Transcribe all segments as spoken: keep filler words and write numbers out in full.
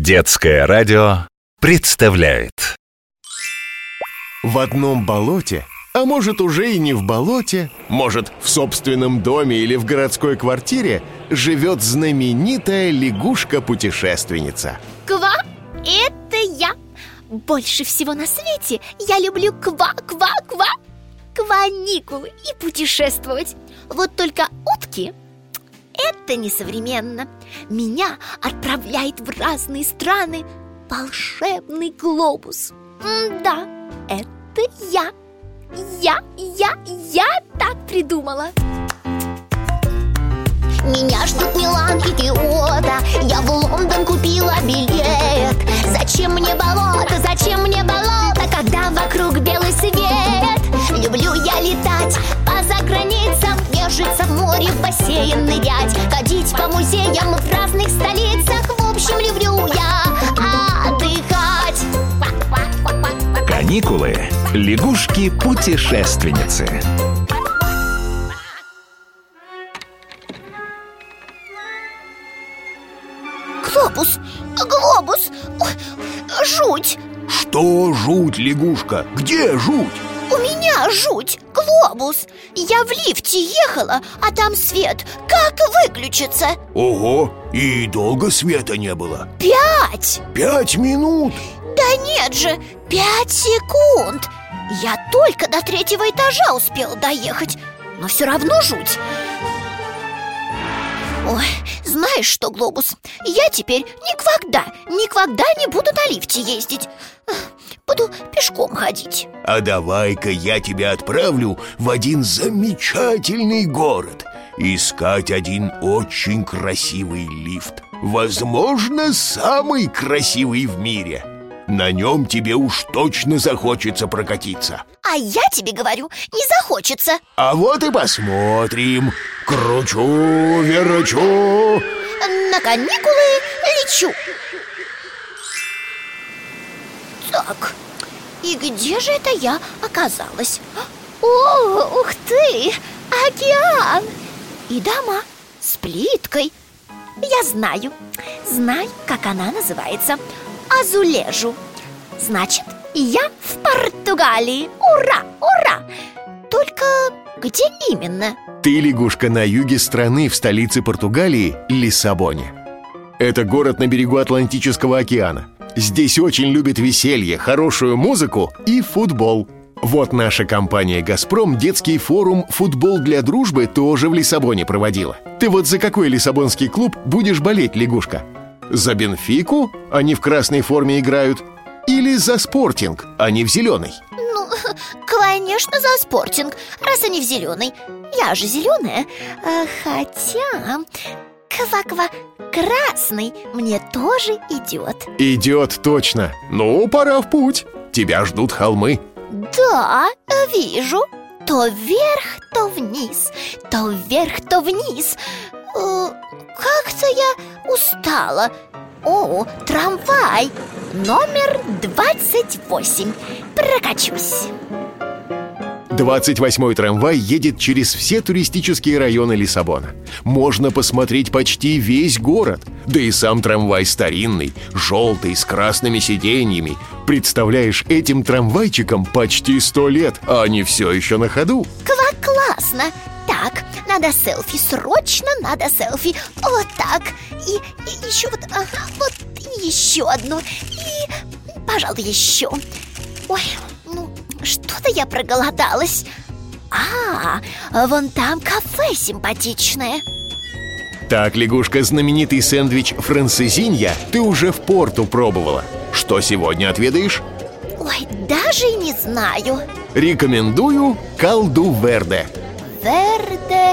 Детское радио представляет. В одном болоте, а может уже и не в болоте, может в собственном доме или в городской квартире, живет знаменитая лягушка-путешественница. Ква, это я. Больше всего на свете я люблю ква-ква-ква, каникулы и путешествовать. Вот только утки — это несовременно. Меня отправляет в разные страны волшебный глобус. М-да, это я. Я, я, я так придумала. Меня ждут Милан и Киото. Я в Лондон купила билет. Зачем мне болото, зачем мне болото, когда вокруг белый свет? Люблю я летать по заграницам, нежиться в море, в бассейн нырять, ходить по музеям в разных столицах. В общем, люблю я отдыхать. Каникулы. Лягушки-путешественницы. Глобус, глобус, ой, жуть. Что жуть, лягушка? Где жуть? У меня жуть, глобус. Я в лифте ехала, а там свет. Как выключится? Ого, и долго света не было? Пять. Пять минут? Да нет же, пять секунд. Я только до третьего этажа успела доехать, но все равно жуть. Ой, знаешь что, глобус, я теперь никогда, никогда не буду на лифте ездить. Буду пешком ходить. А давай-ка я тебя отправлю в один замечательный город искать один очень красивый лифт. Возможно, самый красивый в мире. На нем тебе уж точно захочется прокатиться. А я тебе говорю, не захочется. А вот и посмотрим. Кручу, верчу. На каникулы лечу. Так, и где же это я оказалась? О, ух ты, океан! И дома с плиткой. Я знаю, знаю, как она называется. Азулежу. Значит, я в Португалии. Ура, ура! Только где именно? Ты, лягушка, на юге страны, в столице Португалии, Лиссабоне. Это город на берегу Атлантического океана. Здесь очень любят веселье, хорошую музыку и футбол. Вот наша компания «Газпром» детский форум «Футбол для дружбы» тоже в Лиссабоне проводила. Ты вот за какой лиссабонский клуб будешь болеть, лягушка? За Бенфику? Они в красной форме играют. Или за Спортинг? Они в зеленой. Ну, конечно, за Спортинг, раз они в зеленой. Я же зеленая. А, хотя ква-ква красный мне тоже идет. Идет точно. Ну, пора в путь. Тебя ждут холмы. Да, вижу. То вверх, то вниз. То вверх, то вниз. Э, Как-то я устала. О, трамвай. Номер двадцать восемь. Прокачусь. двадцать восьмой трамвай едет через все туристические районы Лиссабона. Можно посмотреть почти весь город. Да и сам трамвай старинный, желтый, с красными сиденьями. Представляешь, этим трамвайчикам почти сто лет, а они все еще на ходу. Ква-классно. Так, надо селфи, срочно надо селфи. Вот так. И, и еще вот, ага, вот еще одно. И, пожалуй, еще. Ой, ну, что-то я проголодалась. А, вон там кафе симпатичное. Так, лягушка, знаменитый сэндвич францезинья ты уже в Порту пробовала. Что сегодня отведаешь? Ой, даже и не знаю. Рекомендую калду верде. Верде.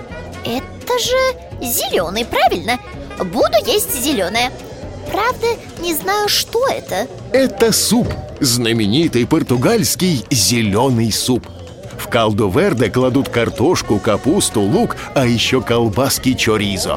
Это же зеленый, правильно? Буду есть зеленое. Правда, не знаю, что это. Это суп, знаменитый португальский зеленый суп. В калду верде кладут картошку, капусту, лук, а еще колбаски чоризо.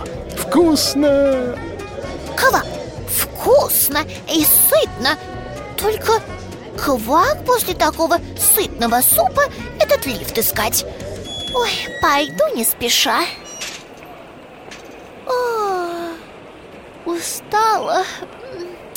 Вкусно! Ква, вкусно и сытно. Только квак после такого сытного супа этот лифт искать. Ой, пойду не спеша. О, устала.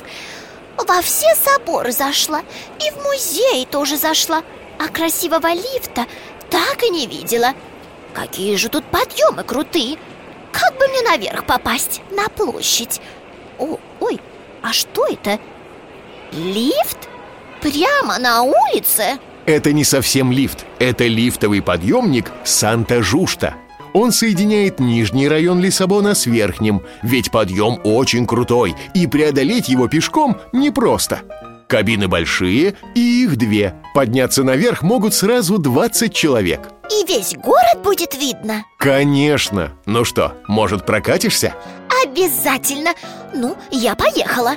во все соборы зашла, и в музей тоже зашла, а красивого лифта так и не видела. Какие же тут подъемы крутые! Как бы мне наверх попасть, на площадь? О, ой, а что это? Лифт? Прямо на улице? Это не совсем лифт, это лифтовый подъемник Санта-Жушта. Он соединяет нижний район Лиссабона с верхним, ведь подъем очень крутой, и преодолеть его пешком непросто. Кабины большие, и их две. Подняться наверх могут сразу двадцать человек. И весь город будет видно? Конечно! Ну что, может, прокатишься? Обязательно! Ну, я поехала.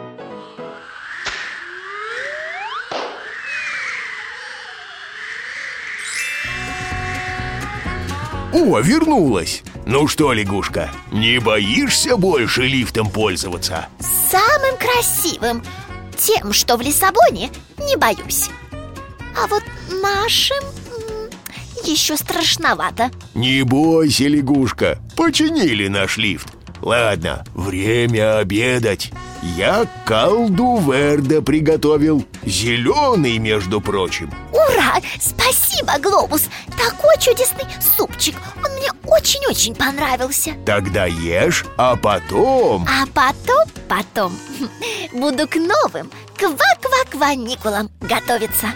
О, вернулась! Ну что, лягушка, не боишься больше лифтом пользоваться? Самым красивым, тем, что в Лиссабоне, не боюсь. А вот нашим м, еще страшновато. Не бойся, лягушка, починили наш лифт. Ладно, время обедать. Я калду верде приготовил. Зеленый, между прочим. Ура! Спасибо, Глобус! Такой чудесный супчик. Он мне очень-очень понравился. Тогда ешь, а потом... А потом, потом буду к новым ква-ква-кваникулам готовиться.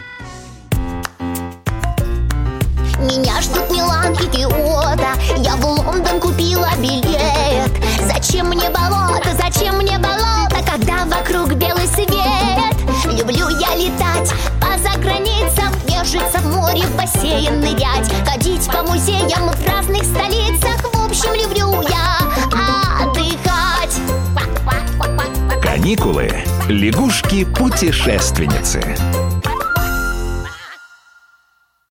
Меня ждут Милан и Киото. Я в Лондон купила билет. Зачем мне болото, зачем мне болото, когда вокруг белый свет? Люблю я летать по заграницам, нежиться в море, в бассейн нырять, ходить по музеям в разных столицах. В общем, люблю я отдыхать. Каникулы. Лягушки-путешественницы.